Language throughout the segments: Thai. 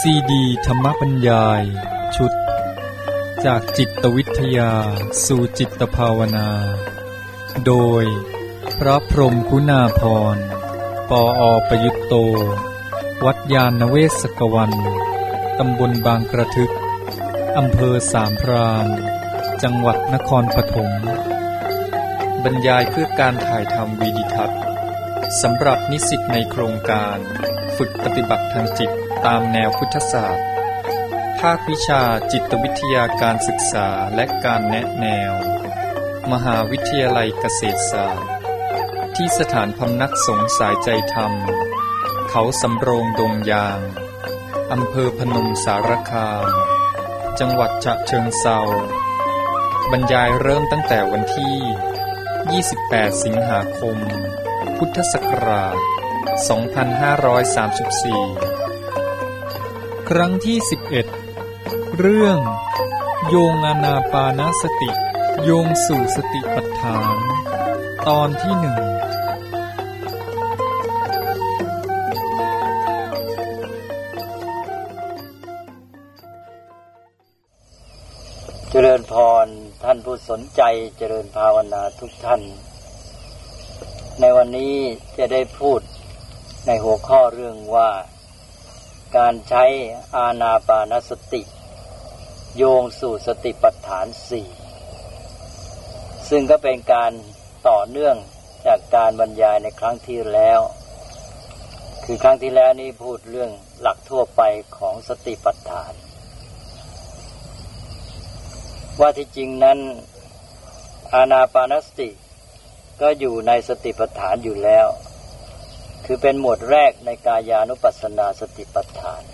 ซีดีธรรมบรรยายชุดจากจิตวิทยาสู่จิตภาวนาโดยพระพรหมคุณาภรณ์ปอ.ประยุตโตวัดยาณเวศกวันตำบลบางกระทึกอำเภอสามพรานจังหวัดนครปฐมบรรยายเพื่อการถ่ายทำวิดีทัศน์สำหรับนิสิตในโครงการฝึกปฏิบัติทางจิตตามแนวพุทธศาสตร์ภาควิชาจิตวิทยาการศึกษาและการแนะแนวมหาวิทยาลัยเกษตรศาสตร์ที่สถานพำนักสงฆ์สายใจธรรมเขาสำโรงดงยางอำเภอพนมสารคามจังหวัดฉะเชิงเทราบรรยายเริ่มตั้งแต่วันที่28สิงหาคมพุทธศักราช2534ครั้งที่11เรื่องโยงอานาปานสติโยงสู่สติปัฏฐานตอนที่1 เจริญพรท่านผู้สนใจเจริญภาวนาทุกท่านในวันนี้จะได้พูดในหัวข้อเรื่องว่าการใช้อานาปานสติโยงสู่สติปัฏฐาน4ซึ่งก็เป็นการต่อเนื่องจากการบรรยายในครั้งที่แล้วคือครั้งที่แล้วนี้พูดเรื่องหลักทั่วไปของสติปัฏฐานว่าที่จริงนั้นอานาปานสติก็อยู่ในสติปัฏฐานอยู่แล้วคือเป็นหมวดแรกในกายานุปัสสนาสติปัฏฐาน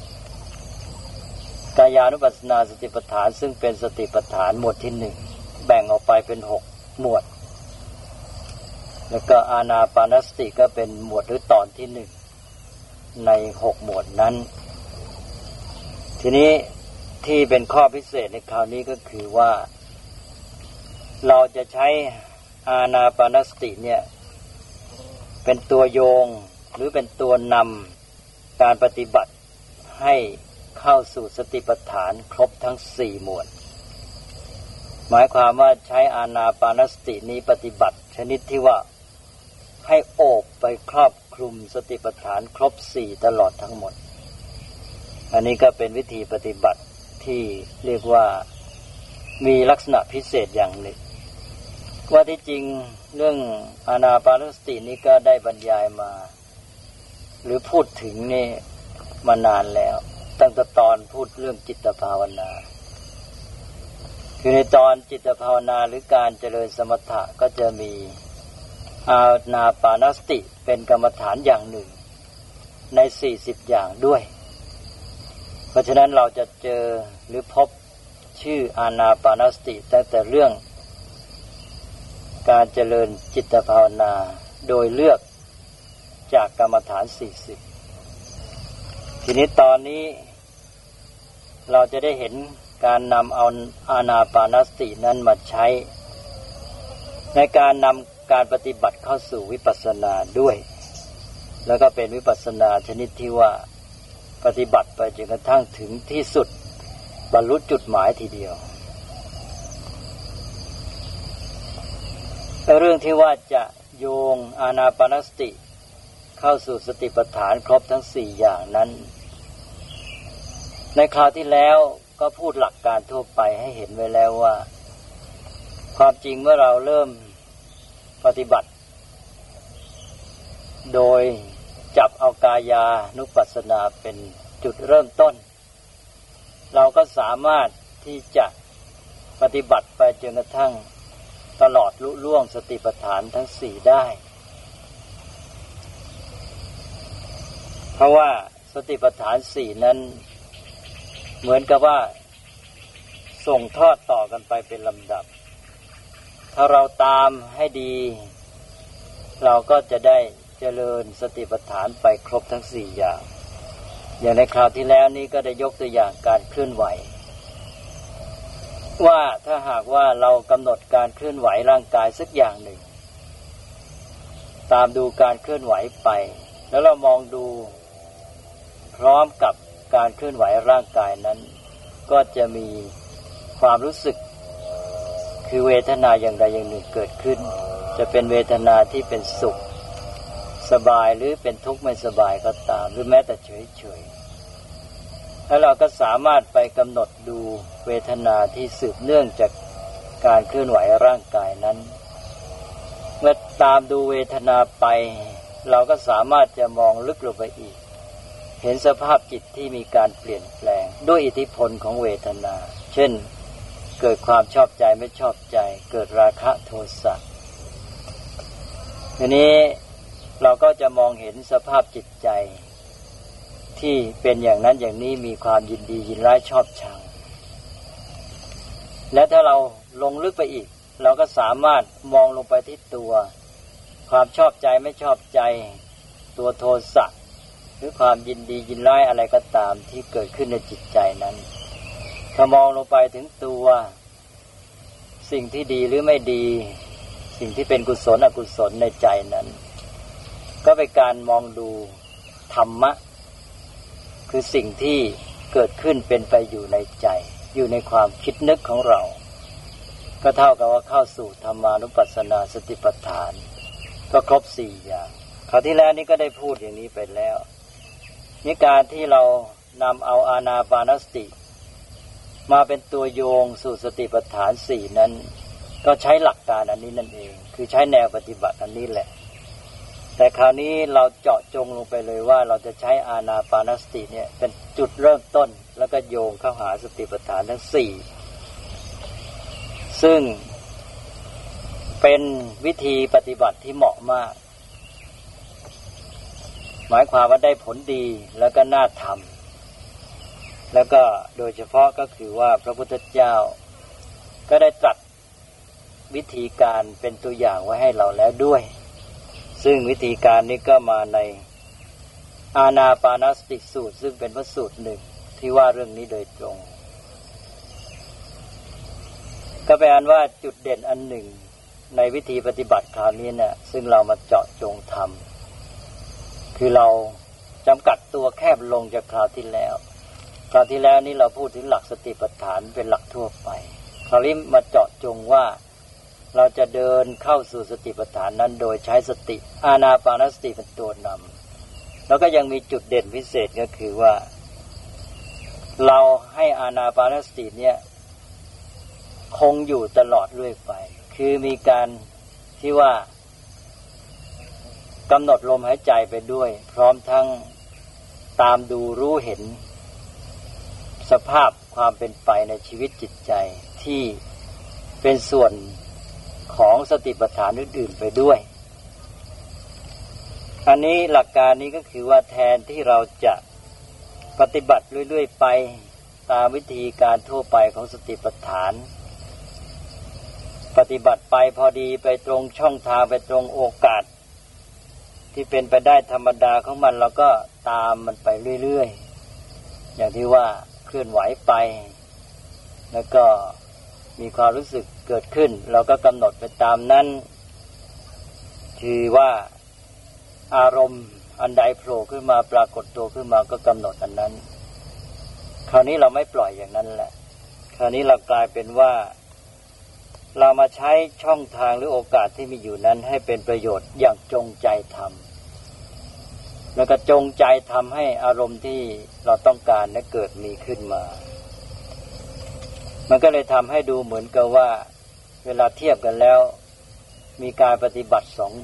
กายานุปัสสนาสติปัฏฐานซึ่งเป็นสติปัฏฐานหมวดที่1แบ่งออกไปเป็น6หมวดแล้วก็อานาปานสติก็เป็นหมวดหรือตอนที่1ใน6หมวดนั้นทีนี้ที่เป็นข้อพิเศษในคราวนี้ก็คือว่าเราจะใช้อานาปานสติเนี่ยเป็นตัวโยงหรือเป็นตัวนำการปฏิบัติให้เข้าสู่สติปัฏฐานครบทั้ง4หมวดหมายความว่าใช้อานาปานสตินี้ปฏิบัติชนิดที่ว่าให้โอบไปครอบคลุมสติปัฏฐานครบ4ตลอดทั้งหมดอันนี้ก็เป็นวิธีปฏิบัติที่เรียกว่ามีลักษณะพิเศษอย่างหนึ่งว่าที่จริงเรื่องอานาปานสตินี้ก็ได้บรรยายมาหรือพูดถึงนี่มานานแล้วตั้งแต่ตอนพูดเรื่องจิตภาวนาคือในตอนจิตภาวนาหรือการเจริญสมถะก็จะมีอานาปานสติเป็นกรรมฐานอย่างหนึ่งใน40อย่างด้วยเพราะฉะนั้นเราจะเจอหรือพบชื่ออานาปานสติตั้งแต่เรื่องการเจริญจิตภาวนาโดยเลือกจากกรรมฐาน40ทีนี้ตอนนี้เราจะได้เห็นการนำเอาอานาปานสตินั้นมาใช้ในการนำการปฏิบัติเข้าสู่วิปัสสนาด้วยแล้วก็เป็นวิปัสสนาชนิดที่ว่าปฏิบัติไปจนกระทั่งถึงที่สุดบรรลุจุดหมายทีเดียวเรื่องที่ว่าจะโยงอานาปานสติเข้าสู่สติปัฏฐานครบทั้ง4อย่างนั้นในคราวที่แล้วก็พูดหลักการทั่วไปให้เห็นไว้แล้วว่าความจริงเมื่อเราเริ่มปฏิบัติโดยจับเอากายานุปัสสนาเป็นจุดเริ่มต้นเราก็สามารถที่จะปฏิบัติไปจนกระทั่งตลอดลุล่วงสติปัฏฐานทั้ง4ได้เพราะว่าสติปัฏฐาน4นั้นเหมือนกับว่าส่งทอดต่อกันไปเป็นลำดับถ้าเราตามให้ดีเราก็จะได้เจริญสติปัฏฐานไปครบทั้ง4อย่างอย่างในคราวที่แล้วนี้ก็ได้ยกตัวอย่างการเคลื่อนไหวว่าถ้าหากว่าเรากำหนดการเคลื่อนไหวร่างกายสักอย่างหนึ่งตามดูการเคลื่อนไหวไปแล้วเรามองดูพร้อมกับการเคลื่อนไหวร่างกายนั้นก็จะมีความรู้สึกคือเวทนาอย่างใดอย่างหนึ่งเกิดขึ้นจะเป็นเวทนาที่เป็นสุขสบายหรือเป็นทุกข์ไม่สบายก็ตามหรือแม้แต่เฉยๆแล้วเราก็สามารถไปกำหนดดูเวทนาที่สืบเนื่องจากการเคลื่อนไหวร่างกายนั้นเมื่อตามดูเวทนาไปเราก็สามารถจะมองลึกลงไปอีกเห็นสภาพจิตที่มีการเปลี่ยนแปลงด้วยอิทธิพลของเวทนาเช่นเกิดความชอบใจไม่ชอบใจเกิดราคะโทสะทีนี้เราก็จะมองเห็นสภาพจิตใจที่เป็นอย่างนั้นอย่างนี้มีความยินดียินร้ายชอบชังและถ้าเราลงลึกไปอีกเราก็สามารถมองลงไปที่ตัวความชอบใจไม่ชอบใจตัวโทสะหรือความยินดียินร้ายอะไรก็ตามที่เกิดขึ้นในจิตใจนั้นถ้ามองลงไปถึงตัวสิ่งที่ดีหรือไม่ดีสิ่งที่เป็นกุศลอกุศลในใจนั้นก็เป็นการมองดูธรรมะคือสิ่งที่เกิดขึ้นเป็นไปอยู่ในใจอยู่ในความคิดนึกของเราก็เท่ากับว่าเข้าสู่ธรรมานุปัสสนาสติปัฏฐานก็ครบ4อย่างคราวที่แล้วนี้ก็ได้พูดอย่างนี้ไปแล้วนี่การที่เรานำเอาอานาปานสติมาเป็นตัวโยงสู่สติปัฏฐาน4นั้นก็ใช้หลักการอันนี้นั่นเองคือใช้แนวปฏิบัติอันนี้แหละแต่คราวนี้เราเจาะจงลงไปเลยว่าเราจะใช้อานาปานสติเนี่ยเป็นจุดเริ่มต้นแล้วก็โยงเข้าหาสติปัฏฐานทั้ง4ซึ่งเป็นวิธีปฏิบัติที่เหมาะมากหมายความว่าได้ผลดีแล้วก็น่าทำแล้วก็โดยเฉพาะก็คือว่าพระพุทธเจ้าก็ได้ตรัสวิธีการเป็นตัวอย่างไว้ให้เราแล้วด้วยซึ่งวิธีการนี้ก็มาในอานาปานสติสูตรซึ่งเป็นพระสูตรหนึ่งที่ว่าเรื่องนี้โดยตรงก็แปลว่าจุดเด่นอันหนึ่งในวิธีปฏิบัติคราวนี้เนี่ยซึ่งเรามาเจาะจงทำคือเราจำกัดตัวแคบลงจากคราวที่แล้วนี่เราพูดถึงหลักสติปัฏฐานเป็นหลักทั่วไปคราวนี้มาเจาะจงว่าเราจะเดินเข้าสู่สติปัฏฐานนั้นโดยใช้สติอานาปานสติเป็นตัวนำแล้วก็ยังมีจุดเด่นพิเศษก็คือว่าเราให้อานาปานสติเนี่ยคงอยู่ตลอดเรื่อยไปคือมีการที่ว่ากำหนดลมหายใจไปด้วยพร้อมทั้งตามดูรู้เห็นสภาพความเป็นไปในชีวิตจิตใจที่เป็นส่วนของสติปัฏฐานอื่นๆไปด้วยอันนี้หลักการนี้ก็คือว่าแทนที่เราจะปฏิบัติเรื่อยๆไปตามวิธีการทั่วไปของสติปัฏฐานปฏิบัติไปพอดีไปตรงช่องทางไปตรงโอกาสที่เป็นไปได้ธรรมดาของมันเราก็ตามมันไปเรื่อยๆอย่างที่ว่าเคลื่อนไหวไปแล้วก็มีความรู้สึกเกิดขึ้นเราก็กำหนดไปตามนั้นคือว่าอารมณ์อันใดโผล่ขึ้นมาปรากฏตัวขึ้นมาก็กำหนดอันนั้นคราวนี้เราไม่ปล่อยอย่างนั้นแหละคราวนี้เรากลายเป็นว่าเรามาใช้ช่องทางหรือโอกาสที่มีอยู่นั้นให้เป็นประโยชน์อย่างจงใจทำแล้วก็จงใจทำให้อารมณ์ที่เราต้องการนั้นเกิดมีขึ้นมามันก็เลยทำให้ดูเหมือนกับว่าเวลาเทียบกันแล้วมีการปฏิบัติ2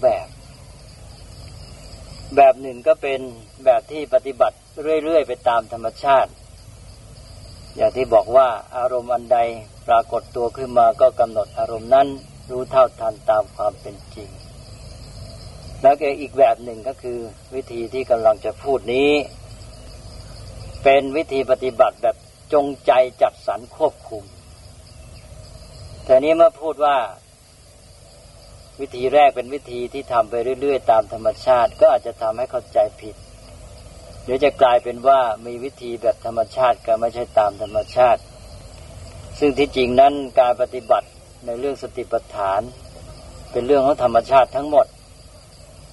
แบบหนึ่งก็เป็นแบบที่ปฏิบัติเรื่อยๆไปตามธรรมชาติอย่างที่บอกว่าอารมณ์อันใดปรากฏตัวขึ้นมาก็กำหนดอารมณ์นั้นรู้เท่าทันตามความเป็นจริงแล้วก็อีกแบบหนึ่งก็คือวิธีที่กำลังจะพูดนี้เป็นวิธีปฏิบัติแบบจงใจจัดสรรควบคุมแต่นี้เมื่อพูดว่าวิธีแรกเป็นวิธีที่ทำไปเรื่อยๆตามธรรมชาติก็อาจจะทำให้เข้าใจผิดเดี๋ยวจะกลายเป็นว่ามีวิธีแบบธรรมชาติก็ไม่ใช่ตามธรรมชาติซึ่งที่จริงนั้นการปฏิบัติในเรื่องสติปัฏฐานเป็นเรื่องของธรรมชาติทั้งหมด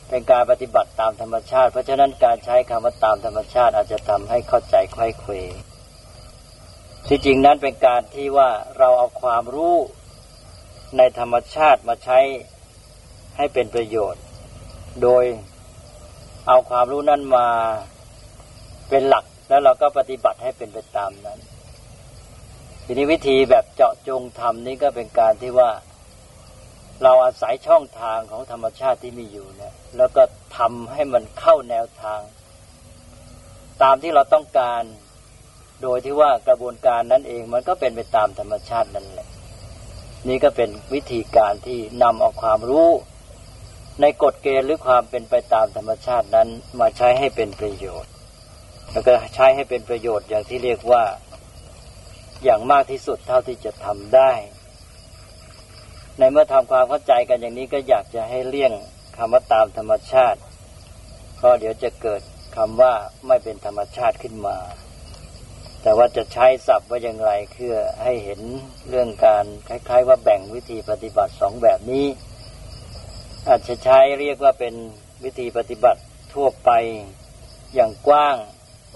เป็นการปฏิบัติตามธรรมชาติเพราะฉะนั้นการใช้คำว่าตามธรรมชาติอาจจะทำให้เข้าใจไขว้เขวที่จริงนั้นเป็นการที่ว่าเราเอาความรู้ในธรรมชาติมาใช้ให้เป็นประโยชน์โดยเอาความรู้นั้นมาเป็นหลักแล้วเราก็ปฏิบัติให้เป็นไปตามนั้นทีนี้วิธีแบบเจาะจงทำนี้ก็เป็นการที่ว่าเราอาศัยช่องทางของธรรมชาติที่มีอยู่เนี่ยแล้วก็ทำให้มันเข้าแนวทางตามที่เราต้องการโดยที่ว่ากระบวนการนั้นเองมันก็เป็นไปตามธรรมชาตินั่นแหละนี่ก็เป็นวิธีการที่นำเอาความรู้ในกฎเกณฑ์หรือความเป็นไปตามธรรมชาตินั้นมาใช้ให้เป็นประโยชน์แล้วก็ใช้ให้เป็นประโยชน์อย่างที่เรียกว่าอย่างมากที่สุดเท่าที่จะทำได้ในเมื่อทำความเข้าใจกันอย่างนี้ก็อยากจะให้เลี่ยงคำว่าตามธรรมชาติเพราะเดี๋ยวจะเกิดคำว่าไม่เป็นธรรมชาติขึ้นมาแต่ว่าจะใช้ศัพท์ว่าอย่างไรเพื่อให้เห็นเรื่องการคล้ายๆว่าแบ่งวิธีปฏิบัติสองแบบนี้อาจจะใช้เรียกว่าเป็นวิธีปฏิบัติทั่วไปอย่างกว้าง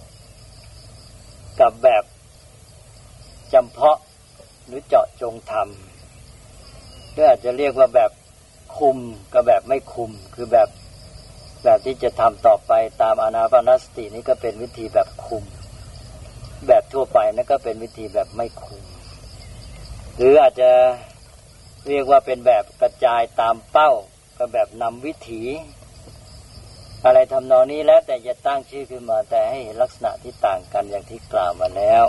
กับแบบจำเพาะหรือเจาะจงทำหรืออาจจะเรียกว่าแบบคุมกับแบบไม่คุมคือแบบที่จะทำต่อไปตามอานาปานสตินี้ก็เป็นวิธีแบบคุมแบบทั่วไปนั่นก็เป็นวิธีแบบไม่คุมหรืออาจจะเรียกว่าเป็นแบบกระจายตามเป้าก็แบบนำวิถีอะไรทำนองนี้แล้วแต่จะตั้งชื่อขึ้นมาแต่ให้เห็นลักษณะที่ต่างกันอย่างที่กล่าวมาแล้ว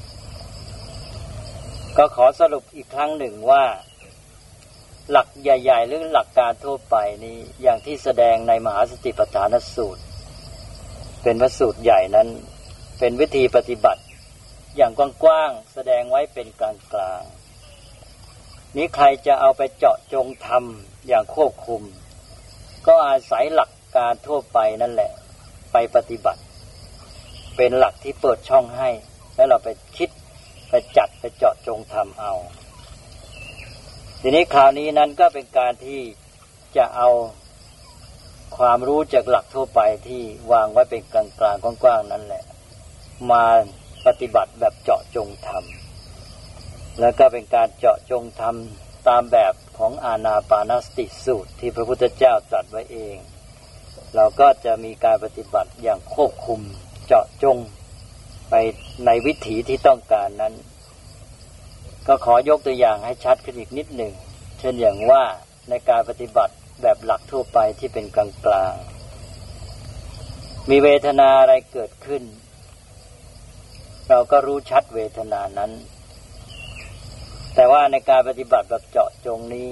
ก็ขอสรุปอีกครั้งหนึ่งว่าหลักใหญ่ๆหรือหลักการทั่วไปนี้อย่างที่แสดงในมหาสติปัฏฐานสูตรเป็นพระสูตรใหญ่นั้นเป็นวิธีปฏิบัติอย่างกว้างๆแสดงไว้เป็นกลางๆนี้ใครจะเอาไปเจาะจงทำอย่างควบคุมก็อาศัยหลักการทั่วไปนั่นแหละไปปฏิบัติเป็นหลักที่เปิดช่องให้แล้วเราไปคิดไปจัดไปเจาะจงทำเอาทีนี้คราวนี้นั้นก็เป็นการที่จะเอาความรู้จากหลักทั่วไปที่วางไว้เป็นกลางๆกว้างๆนั่นแหละมาปฏิบัติแบบเจาะจงทำแล้วก็เป็นการเจาะจงทำตามแบบของอานาปานสติสูตรที่พระพุทธเจ้าตรัสไว้เองเราก็จะมีการปฏิบัติอย่างควบคุมเจาะจงไปในวิถีที่ต้องการนั้นก็ขอยกตัวอย่างให้ชัดขึ้นอีกนิดหนึ่งเช่นอย่างว่าในการปฏิบัติแบบหลักทั่วไปที่เป็นกลางๆมีเวทนาอะไรเกิดขึ้นเราก็รู้ชัดเวทนานั้นแต่ว่าในการปฏิบัติแบบเจาะจงนี้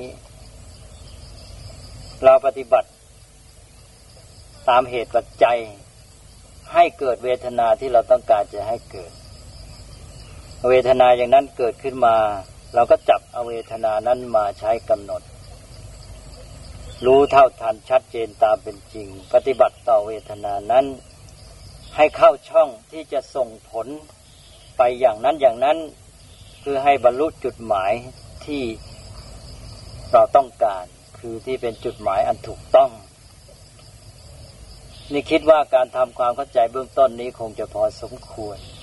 เราปฏิบัติตามเหตุปัจจัยให้เกิดเวทนาที่เราต้องการจะให้เกิดเวทนาอย่างนั้นเกิดขึ้นมาเราก็จับเอาเวทนานั้นมาใช้กำหนดรู้เท่าทันชัดเจนตามเป็นจริงปฏิบัติต่อเวทนานั้นให้เข้าช่องที่จะส่งผลไปอย่างนั้นคือให้บรรลุจุดหมายที่เราต้องการคือที่เป็นจุดหมายอันถูกต้องนี่คิดว่าการทำความเข้าใจเบื้องต้นนี้คงจะพอสมควร